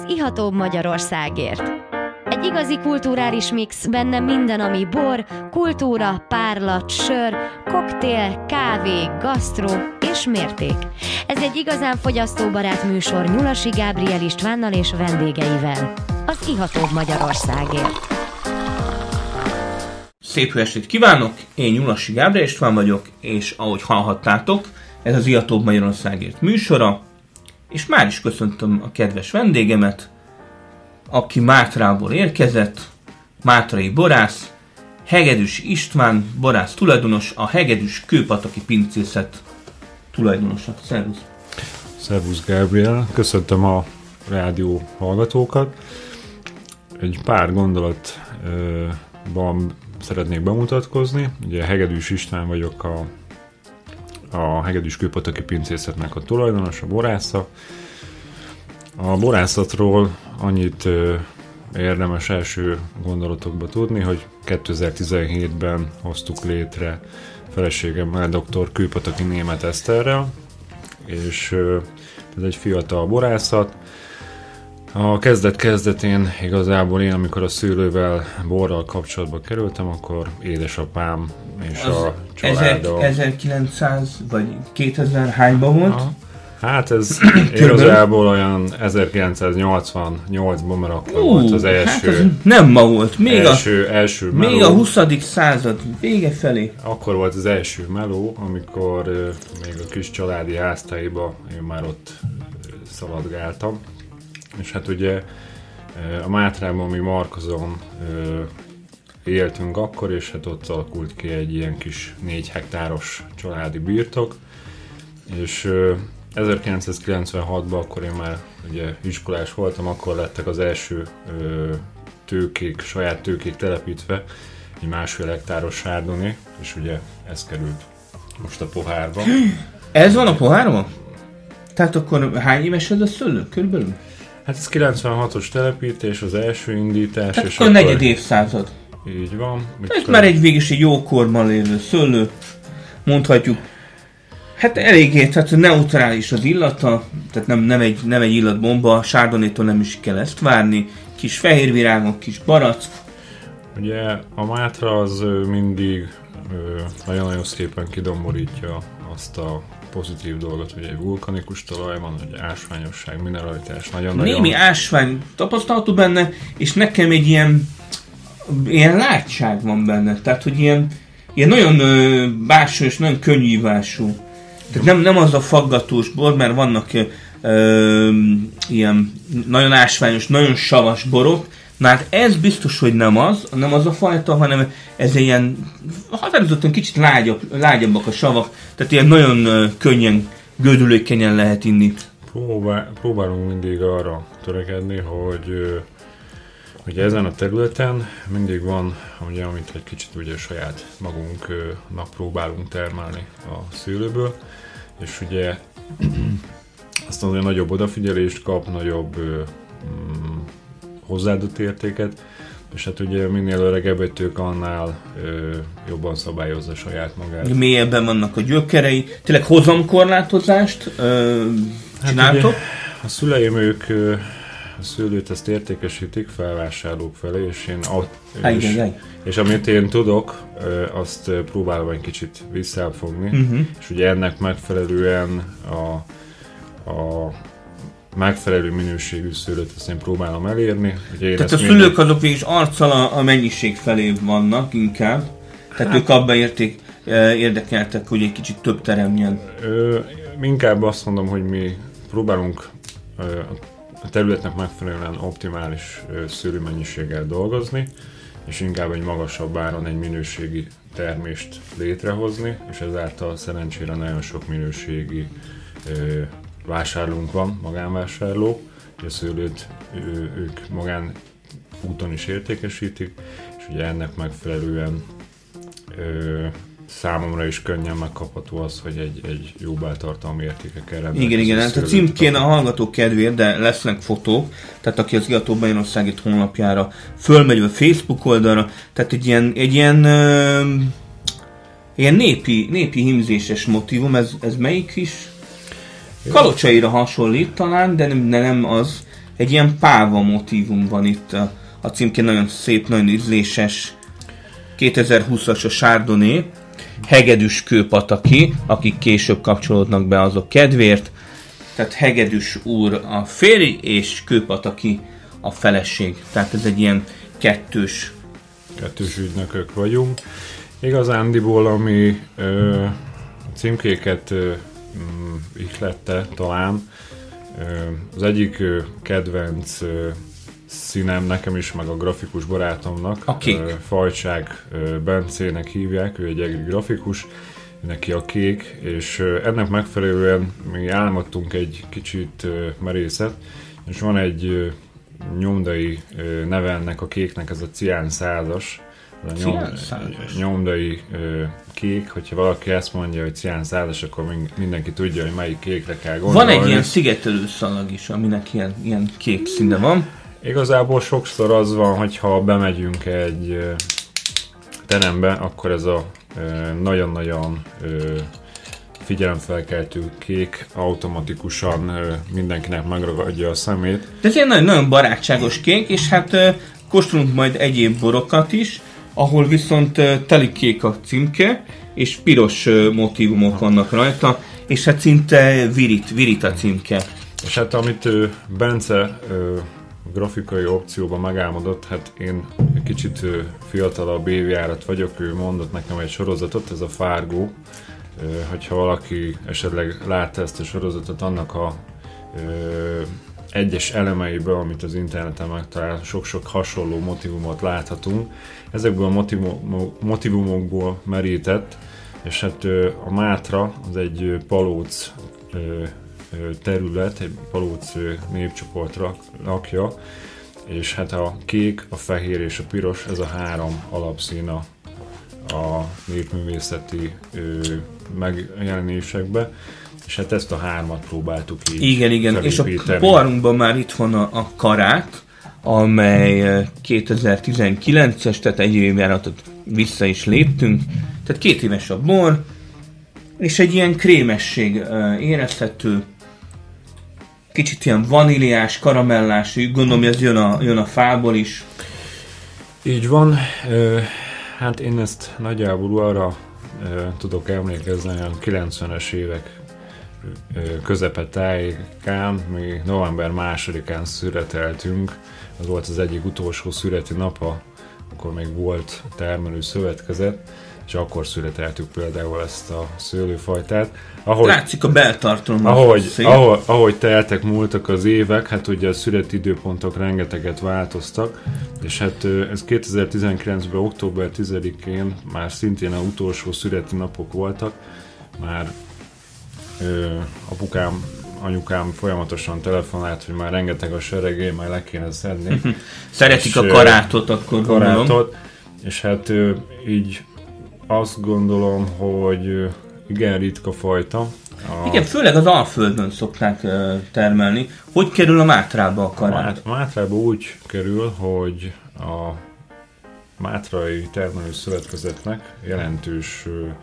ihatóbb Magyarországért. Egy igazi kulturális mix, benne minden, ami bor, kultúra, párlat, sör, koktél, kávé, gasztró és mérték. Ez egy igazán fogyasztóbarát műsor Nyulasi Gábriel Istvánnal és vendégeivel. Az ihatóbb Magyarországért. Szép jó estét kívánok! Én Nyulasi Gábriel István vagyok, és ahogy hallhattátok, ez az ihatóbb Magyarországért műsora, és már is köszöntöm a kedves vendégemet, aki Mátrából érkezett, mátrai borász, Hegedűs István, borász tulajdonos, a Hegedűs Kőpataki Pincészet tulajdonosa. Szervusz! Szervusz Gábriel, köszöntöm a rádió hallgatókat. Egy pár gondolatban szeretnék bemutatkozni. Ugye Hegedűs István vagyok, a Hegedűs Kőpataki Pincészetnek a tulajdonos, a borásza. A borászatról annyit érdemes első gondolatokba tudni, hogy 2017-ben hoztuk létre feleségemmel, dr. Kőpataki Németh Eszterrel, és ez egy fiatal borászat. A kezdetén igazából én, amikor a szőlővel, borral kapcsolatba kerültem, akkor édesapám és a család... 1900 vagy 2000 hányban volt? Aha. Hát ez igazából olyan 1988-ban, mert akkor volt az első... Hát az nem ma volt, még első meló. Még a 20. század vége felé. Akkor volt az első meló, amikor még a kis családi háztáiba én már ott szaladgáltam. És hát ugye a Mátrában mi Markozon éltünk akkor, és hát ott alakult ki egy ilyen kis 4 hektáros családi birtok, és 1996-ban, akkor én már ugye iskolás voltam, akkor lettek az első saját tőkék telepítve, egy 1,5 hektáros sárdoné, és ugye ez került most a pohárba. Ez van a pohárban? Tehát akkor hány éves ez a szőlő körülbelül? Hát ez 96-os telepítés, az első indítás. Tehát és akkor negyed évszázad. Így van. Ez már végig egy jó korban lévő szőlő, mondhatjuk. Hát eléggé, tehát neutrális az illata, tehát nem egy illatbomba, sárdonétól nem is kell ezt várni, kis fehérvirágok, kis barack. Ugye a mátra az mindig nagyon-nagyon szépen kidomborítja azt a pozitív dolgot, hogy egy vulkanikus talaj van, hogy ásványosság, mineralitás, nagyon-nagyon... Némi ásvány tapasztalható benne, és nekem egy ilyen látság van benne, tehát hogy ilyen nagyon bársó és nagyon könnyűívású. Tehát nem az a faggatós bor, mert vannak ilyen nagyon ásványos, nagyon savas borok. Na hát ez biztos, hogy nem az a fajta, hanem ez ilyen határozottan kicsit lágyabbak a savak, tehát ilyen nagyon könnyen, gördülékenyen lehet inni. Próbálunk mindig arra törekedni, hogy ezen a területen mindig van, ugye, amit egy kicsit ugye saját magunknak próbálunk termelni a szőlőből, és ugye aztán azért nagyobb odafigyelést kap, nagyobb hozzáadott értéket, és hát ugye minél öregebb egy tőke, annál jobban szabályozza saját magát. Mélyebben vannak a gyökerei, tényleg hozamkorlátozást csináltok? Hát a szüleim ők a szőlőt ezt értékesítik felvásárlók felé, és amit én tudok, azt próbálom egy kicsit visszafogni, és ugye ennek megfelelően a megfelelő minőségű szőlőt azt én próbálom elérni. Tehát a szülők azok végig arccal a mennyiség felé vannak inkább, tehát ők abban érdekeltek, hogy egy kicsit több teremjen. Inkább azt mondom, hogy mi próbálunk a területnek megfelelően optimális szőlőmennyiséggel dolgozni, és inkább egy magasabb áron egy minőségi termést létrehozni, és ezáltal szerencsére nagyon sok minőségi vásárlónk van, magánvásárlók, a szőlőt ők magánúton is értékesítik, és ugye ennek megfelelően számomra is könnyen megkapható az, hogy egy jó báltartalmi értékekkel rendelkezik. Igen, hát a címkén a hallgatók kedvéért, de lesznek fotók, tehát aki az Ihatóbb Magyarországért honlapjára fölmegy a Facebook oldalra, tehát egy ilyen népi hímzéses motívum, ez melyik is? Kalocsaira hasonlít talán, de nem az. egy ilyen páva motívum van itt a címkén, nagyon szép, nagyon ízléses 2020-as a Chardonnay, hegedűs kőpataki, akik később kapcsolódnak be, azok kedvéért, tehát hegedűs úr a férj, és kőpataki a feleség, tehát ez egy ilyen kettős ügynökök vagyunk. Igazándiból, ami címkéket ihlette talán, az egyik kedvenc színem nekem is, meg a grafikus barátomnak, a kék. Fajcsák Bencének hívják, ő egy egri grafikus, neki a kék, és ennek megfelelően mi álmodtunk egy kicsit merészet, és van egy nyomdai neve ennek a kéknek, ez a cián százas. Nyomdai kék, hogyha valaki ezt mondja, hogy cián százas, akkor mindenki tudja, hogy melyik kékre kell gondolni. Van egy ilyen szigetelő szalag is, aminek ilyen kék színe van. Igazából sokszor az van, hogyha bemegyünk egy terembe, akkor ez a nagyon-nagyon figyelemfelkeltő kék automatikusan mindenkinek megragadja a szemét. Ez ilyen nagyon barátságos kék, és hát kóstolunk majd egyéb borokat is, ahol viszont teli kék a címke, és piros motívumok vannak rajta, és hát szinte virít a címke. És hát amit Bence grafikai opcióban megálmodott, hát én egy kicsit fiatalabb évjárat vagyok, ő mondott nekem egy sorozatot, ez a Fargo, hogyha valaki esetleg látta ezt a sorozatot, annak a egyes elemeiből, amit az interneten megtalál, sok-sok hasonló motivumot láthatunk. Ezekből a motivumokból merített, és hát a Mátra az egy palóc terület, egy palóc népcsoport lakja, és hát a kék, a fehér és a piros, ez a három alapszín a népművészeti megjelenésekbe, és hát ezt a hármat próbáltuk így Igen, és a poharunkban már itt van a Karát, amely 2019-es, tehát egy évjáratot vissza is léptünk, tehát 2 éves a bor, és egy ilyen krémesség érezhető, kicsit ilyen vaníliás, karamellás, gondolom, hogy ez jön a fából is. Így van, hát én ezt nagyjából arra tudok emlékezni, olyan 90-es évek közepetájékán, mi november 2-án szüreteltünk, az volt az egyik utolsó szüreti napa, akkor még volt termelő szövetkezet, és akkor szüreteltük például ezt a szőlőfajtát. Látszik a beltartalom. Ahogy teltek, múltak az évek, hát ugye a szüreti időpontok rengeteget változtak, és hát ez 2019-ben, október 10-én már szintén az utolsó szüreti napok voltak, már apukám, anyukám folyamatosan telefonált, hogy már rengeteg a seregély, majd le kéne szedni. Szeretik a karátot, akkor gondolom. És hát így azt gondolom, hogy igen ritka fajta. Igen, főleg az Alföldön szokták termelni. Hogy kerül a Mátrába a karát? A Mátrába úgy kerül, hogy a Mátrai Termelőszövetkezetnek jelentős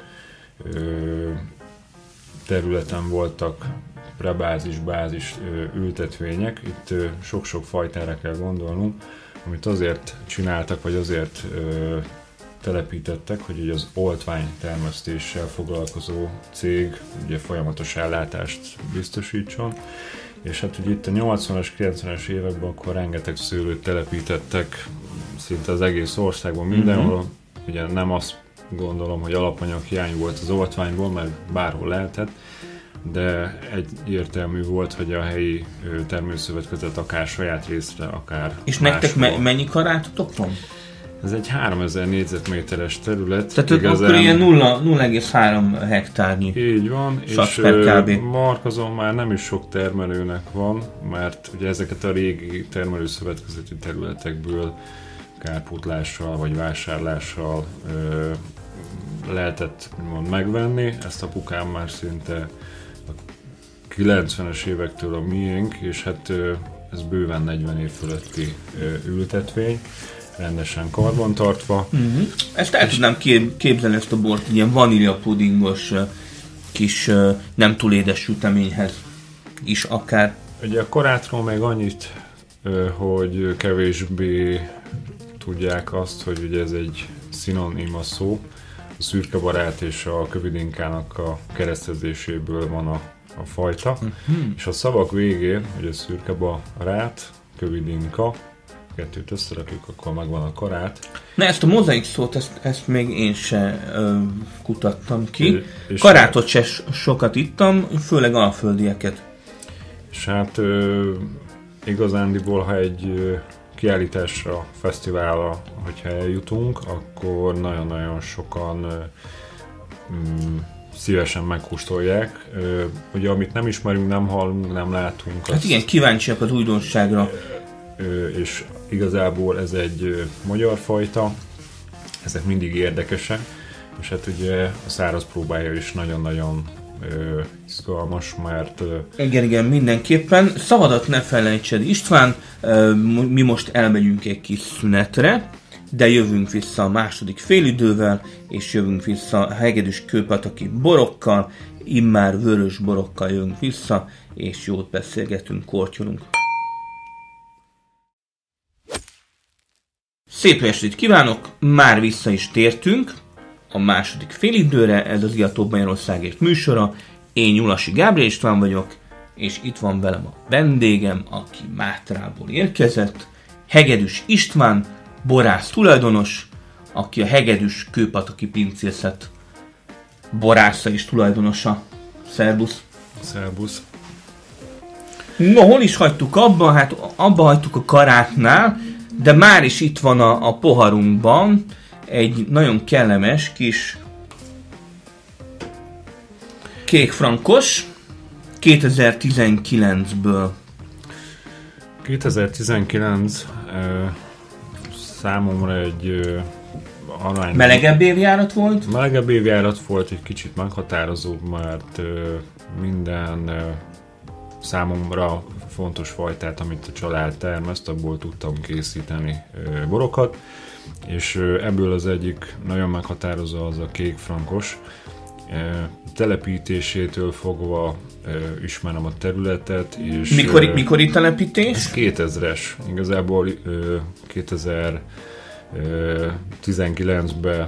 területen voltak prebázis-bázis ültetvények. Itt sok-sok fajtára kell gondolnunk, amit azért csináltak, vagy azért telepítettek, hogy ugye az oltvány termesztéssel foglalkozó cég ugye folyamatos ellátást biztosítson, és hát ugye itt a 80-as, 90-es években akkor rengeteg szőlőt telepítettek szinte az egész országban mindenhol, ugye nem azt gondolom, hogy alapanyag hiány volt az oltványból, mert bárhol lehetett, de egyértelmű volt, hogy a helyi termőszövetkezet akár saját részre, akár és máshol. Nektek mennyi karátotok van? Ez egy 3000 négyzetméteres terület. Tehát igazán... akkor ilyen 0,3 hektárnyi. Így van, és Markazon már nem is sok termelőnek van, mert ugye ezeket a régi termelőszövetkezeti területekből kárpótlással vagy vásárlással lehetett megvenni. Ezt apukám már szinte a 90-es évektől a miénk, és hát ez bőven 40 év fölötti ültetvény, rendesen karbantartva. Ezt el tudnám képzelni, ezt a bort ilyen vanília pudingos kis nem túl édes süteményhez is akár. Ugye a korátról még annyit hogy kevésbé tudják azt, hogy ugye ez egy szinoníma szó. A szürkebarát és a kövidinkának a keresztezéséből van a fajta. És a szavak végén, hogy a szürkebarát, kövidinka, kettőt összerakjuk, akkor megvan a karát. Na, ezt a mozaik szót, ezt még én se kutattam ki. Karátot se sokat ittam, főleg alföldieket. És hát igazándiból, ha egy kiállításra, fesztiválra, hogyha eljutunk, akkor nagyon-nagyon sokan szívesen megkóstolják. Ugye, amit nem ismerünk, nem hallunk, nem látunk. Hát igen, kíváncsiak az újdonságra. És igazából ez egy magyar fajta, ezek mindig érdekesek, és hát ugye a száraz próbája is nagyon-nagyon izgalmas, mert... Igen, mindenképpen. Szavadat ne felejtsed, István, mi most elmegyünk egy kis szünetre, de jövünk vissza a második félidővel, és jövünk vissza a hegedűs kőpataki borokkal, immár vörös borokkal jövünk vissza, és jót beszélgetünk, kortyolunk. Szép estét kívánok! Már vissza is tértünk a második félidőre, ez az Iatóbb Magyarországért műsora. Én Nyulasi Gábor István vagyok, és itt van velem a vendégem, aki Mátrából érkezett, Hegedűs István, borász tulajdonos, aki a Hegedűs Kőpataki Pincészet borásza és tulajdonosa. Szerbusz! Szerbusz! No, hol is hagytuk abba? Hát abba hagytuk a karátnál, de már is itt van a poharunkban egy nagyon kellemes kis kékfrankos 2019-ből. 2019 számomra egy arány... Melegebb évjárat volt? Melegebb évjárat volt, egy kicsit meghatározóbb, mert minden számomra fontos fajtát, amit a család termeszt, abból tudtam készíteni borokat, és ebből az egyik nagyon meghatározó az a kékfrankos. Telepítésétől fogva ismerem a területet, és... Mikori telepítés? Ez 2000-es. Igazából 2019-ben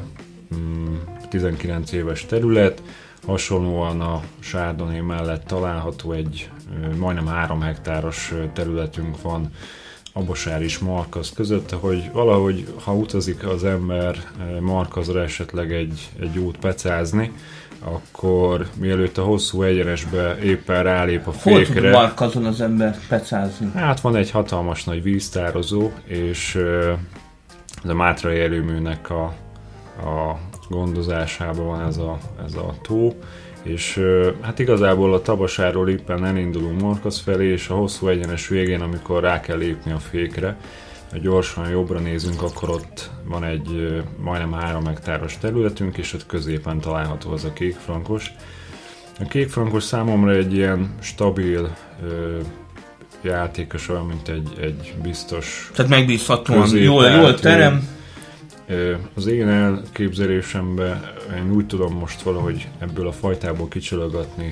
19 éves terület, hasonlóan a Chardonnay mellett található egy majdnem 3 hektáros területünk van Abosár és Markaz között, hogy valahogy, ha utazik az ember Markazra esetleg egy jót pecázni, akkor mielőtt a hosszú egyenesbe éppen rálép a fékre... Hol tud Markazon az ember pecázni? Hát van egy hatalmas nagy víztározó, és ez a Mátrai erőműnek a gondozásában van ez a tó, és hát igazából a Tabasáról éppen elindulunk Markaz felé, és a hosszú egyenes végén, amikor rá kell lépni a fékre, ha gyorsan jobbra nézünk, akkor ott van egy majdnem 3 hektáros területünk, és ott középen található az a kékfrankos. A kékfrankos számomra egy ilyen stabil játékos, olyan, mint egy biztos... Tehát megbízhatóan, jól terem. Az én elképzelésemben én úgy tudom most valahogy ebből a fajtából kicsalogatni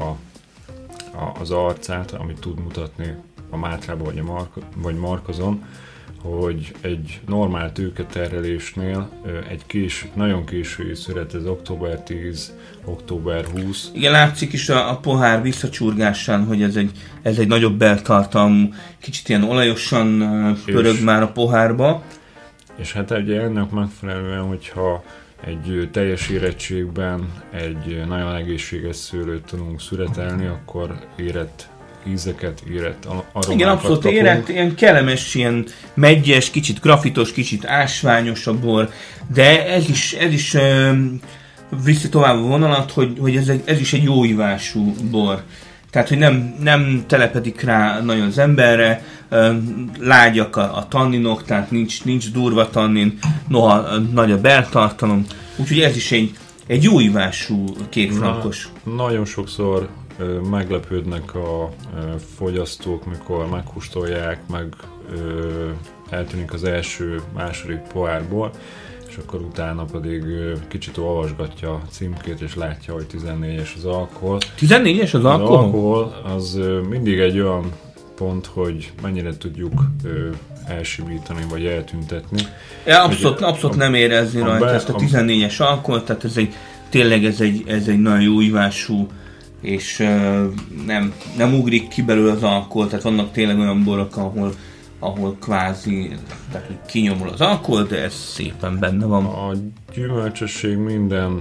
az arcát, amit tud mutatni a Mátrában vagy Markazon, hogy egy normál tőketerhelésnél egy nagyon késői szület, ez október 10, október 20. Igen, látszik is a pohár visszacsurgásán, hogy ez egy nagyobb beltartalmú, kicsit ilyen olajosan pörög már a pohárba. És hát ugye ennek megfelelően, hogyha egy teljes érettségben egy nagyon egészséges szőlőt tudunk szüretelni, akkor érett ízeket, érett aromákat. Igen, abszolút kapunk. érett, ilyen kellemes, ilyen meggyes, kicsit grafitos, kicsit ásványos a bor, de ez is viszi tovább a vonalat, hogy ez is egy jó ivású bor. Tehát, hogy nem telepedik rá nagyon az emberre, lágyak a tanninok, tehát nincs durva tannin, noha nagy a beltartalom. Úgyhogy ez is egy jó ivású kékfrankos. Nagyon sokszor meglepődnek a fogyasztók, mikor megkóstolják, meg eltűnik az első, második pohárból, és akkor utána pedig kicsit olvasgatja a címkét, és látja, hogy 14-es az alkohol. 14-es az alkohol? Az alkohol az mindig egy olyan pont, hogy mennyire tudjuk elsimítani, vagy eltüntetni. Ja, abszolút nem érezni rajta ezt a 14-es alkoholt, tehát tényleg ez egy nagyon jó ívású, és nem ugrik ki belőle az alkohol, tehát vannak tényleg olyan borok, ahol kvázi tehát kinyomul az alkohol, de ez szépen benne van. A gyümölcsösség minden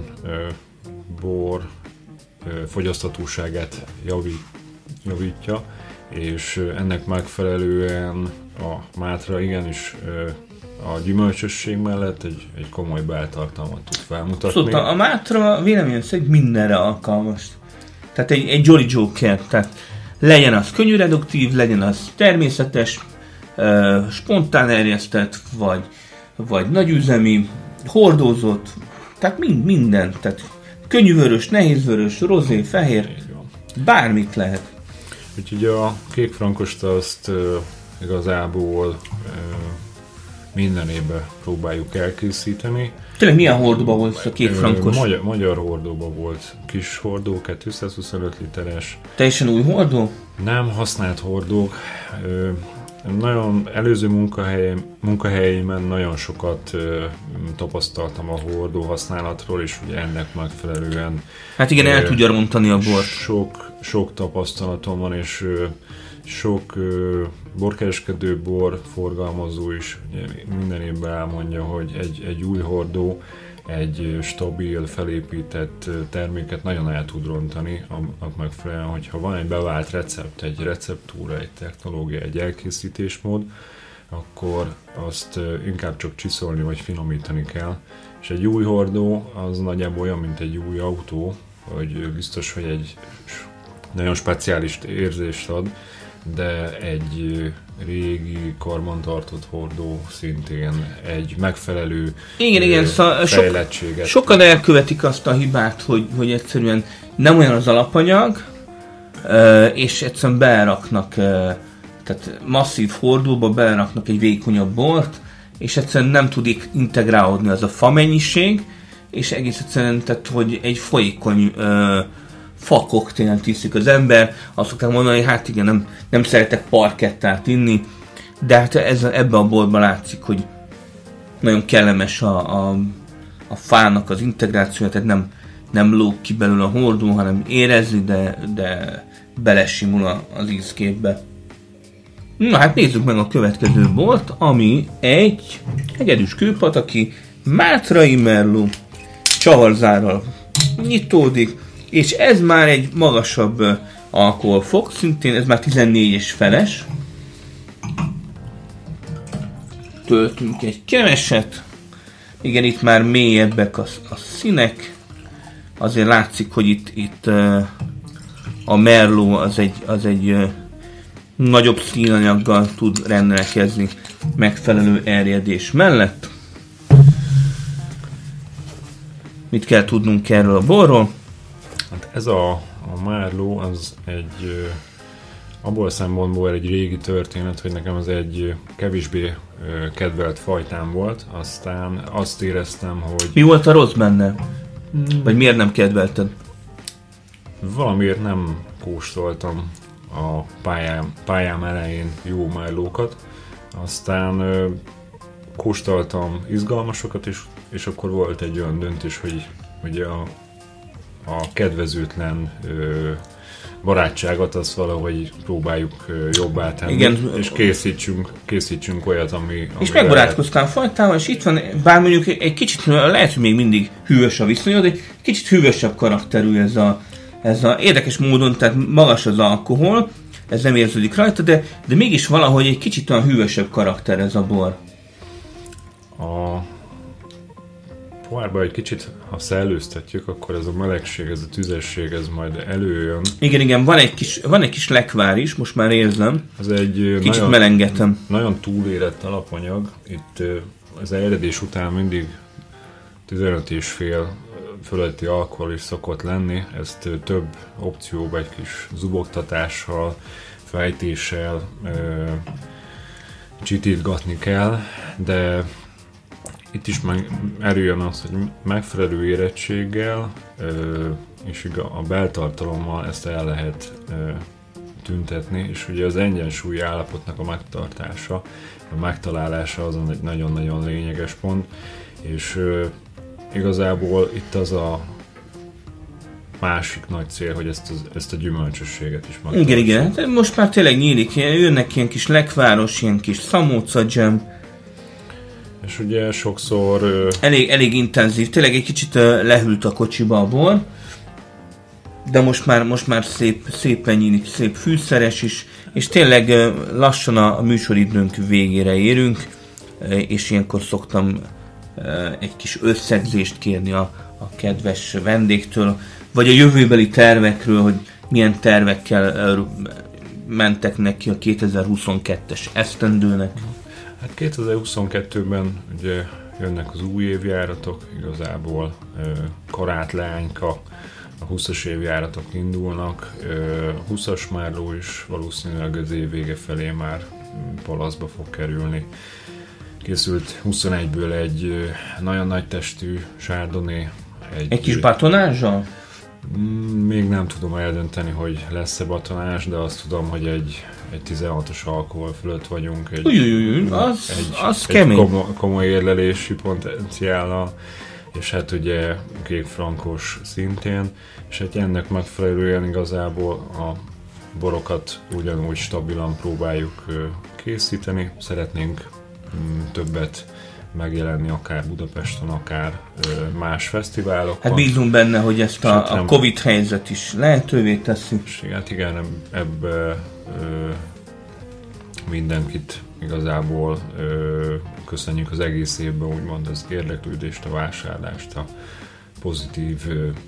bor fogyaszthatóságát javítja, és ennek megfelelően a Mátra igenis a gyümölcsösség mellett egy komoly beltartalmat tud felmutatni. Szóval a Mátra véleményem szerint mindenre alkalmas. Tehát egy Jolly Joker, tehát legyen az könnyűreduktív, legyen az természetes, spontán erjesztett, vagy nagyüzemi, hordózott, tehát minden, tehát könnyűvörös, nehézvörös, rozé, fehér, bármit lehet. Úgyhogy a kékfrankost azt igazából minden évben próbáljuk elkészíteni. Tényleg milyen hordóban volt a kékfrankos? Magyar hordóban volt. Kis hordó, 225 literes. Teljesen új hordó? Nem használt hordók. Nagyon előző munkahelyeimen nagyon sokat tapasztaltam a hordó használatról, és ugye ennek megfelelően... Hát igen, el tudja rontani a bort. Sok tapasztalatom van, és sok borkereskedő, borforgalmazó is minden évben elmondja, hogy egy új hordó, egy stabil, felépített terméket nagyon el tud rontani, annak megfelelően, hogyha van egy bevált recept, egy receptúra, egy technológia, egy elkészítésmód, akkor azt inkább csak csiszolni vagy finomítani kell. És egy új hordó az nagyjából olyan, mint egy új autó, hogy biztos, hogy egy nagyon speciális érzést ad, de egy régi karbantartott hordó szintén egy megfelelő fejlettséget. Sokan elkövetik azt a hibát, hogy egyszerűen nem olyan az alapanyag, és egyszerűen beleraknak, tehát masszív hordóba beleraknak egy vékonyabb bort, és egyszerűen nem tud integrálódni az a fa mennyiség, és egész egyszerűen, tehát hogy egy folyékony fa koktélt iszik az ember, azt szokták mondani, hogy hát igen, nem szeretek parkettát inni, de hát ebben a borban látszik, hogy nagyon kellemes a fának az integrációja, tehát nem lóg ki belőle a hordó, hanem érezni, de belesimul az ízképbe. Na hát nézzük meg a következő bort, ami egy hegedűs kőpataki Mátrai Merlot csavarzárral nyitódik, és ez már egy magasabb alkoholfok, szintén ez már 14-es feles. Töltünk egy keveset. Igen, itt már mélyebbek a színek. Azért látszik, hogy itt a Merlot az egy nagyobb színanyaggal tud rendelkezni megfelelő erjedés mellett. Mit kell tudnunk erről a borról? Hát ez a Merlot az egy abból a szempontból egy régi történet, hogy nekem az egy kevésbé kedvelt fajtám volt, aztán azt éreztem, hogy... Mi volt a rossz benne? Vagy miért nem kedvelted? Valamiért nem kóstoltam a pályám elején jó Merlotokat, aztán kóstoltam izgalmasokat, és akkor volt egy olyan döntés, hogy a kedvezőtlen barátságot azt valahogy próbáljuk jobbá tenni. Igen. És készítsünk olyat, ami és megbarátkoztál fajtával, és itt van, bár mondjuk egy kicsit, lehet, hogy még mindig hűvös a viszonyod, de egy kicsit hűvösebb karakterű ez a érdekes módon, tehát magas az alkohol, ez nem érződik rajta, de mégis valahogy egy kicsit olyan hűvösebb karakter ez a bor. A pohárba egy kicsit, ha szellőztetjük, akkor ez a melegség, ez a tüzesség, ez majd előjön. Igen, van egy kis lekvár is, most már érzem. Ez egy kicsit melengetem. Nagyon túlérett alapanyag. Itt az eredés után mindig 15,5 fölötti alkohol is szokott lenni. Ezt több opcióba, egy kis zubogtatással, fejtéssel csitítgatni kell, de itt is erőjön az, hogy megfelelő érettséggel és a beltartalommal ezt el lehet tüntetni, és ugye az egyensúlyi állapotnak a megtartása, a megtalálása azon egy nagyon-nagyon lényeges pont, és igazából itt az a másik nagy cél, hogy ezt a gyümölcsösséget is megtartjuk. Igen. Hát most már tényleg nyílik, jönnek ilyen kis lekváros, ilyen kis szamóca jam. És ugye sokszor... Elég intenzív, tényleg egy kicsit lehűlt a kocsiba a bor, de most már szépen nyílik, szép fűszeres is, és tényleg lassan a műsoridőnk végére érünk, és ilyenkor szoktam egy kis összegzést kérni a kedves vendégtől, vagy a jövőbeli tervekről, hogy milyen tervekkel mentek neki a 2022-es esztendőnek. Hát 2022-ben ugye jönnek az új évjáratok, igazából Korátleányka, a 20-as évjáratok indulnak, 20-as Márló is valószínűleg az év vége felé már palaszba fog kerülni. Készült 21-ből egy nagyon nagy testű Chardonnay. Egy kis batonázsal? Még nem tudom eldönteni, hogy lesz-e batonás, de azt tudom, hogy egy 16-os alkohol fölött vagyunk. Az kemény. Komoly érlelési potenciállal, és hát ugye kékfrankos szintén, és hát ennek megfelelően igazából a borokat ugyanúgy stabilan próbáljuk készíteni. Szeretnénk többet megjelenni akár Budapesten, akár más fesztiválokon. Hát bízunk benne, hogy ezt a Covid helyzet is lehetővé teszi. Hát igen, ebbe mindenkit igazából köszönjük az egész évben, úgymond az érdeklődést, a vásárlást, a pozitív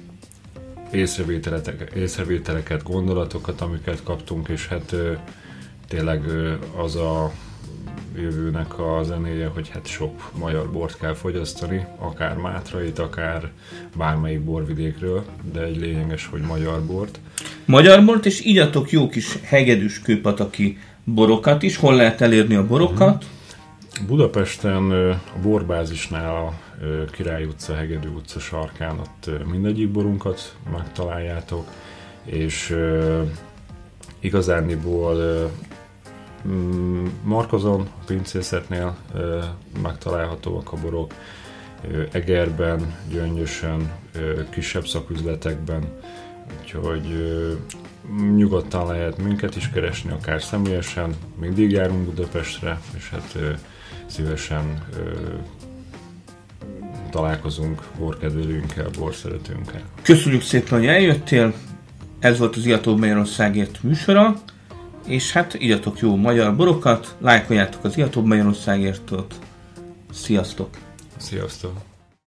észrevételeket, gondolatokat, amiket kaptunk, és hát tényleg az a jövőnek a zenéje, hogy hát sok magyar bort kell fogyasztani, akár Mátrait, akár bármelyik borvidékről, de egy lényeges, hogy magyar bort. Magyar bort, és igyatok jó kis hegedűs kőpataki borokat is. Hol lehet elérni a borokat? Budapesten a borbázisnál a Király utca, Hegedű utca sarkán ott mindegyik borunkat megtaláljátok, és igazániból Markozon, a pincészetnél megtalálhatóak a borok, Egerben, Gyöngyösen, kisebb szaküzletekben, úgyhogy nyugodtan lehet minket is keresni, akár személyesen, mindig járunk Budapestre, és hát szívesen találkozunk borkedvelőnkkel, borszeretőnkkel. Köszönjük szépen, hogy eljöttél, ez volt az Ijatóbb Magyarországért műsora, és hát igyatok jó magyar borokat, lájkoljátok az Ijatóbb Magyarországértot. Sziasztok! Sziasztok!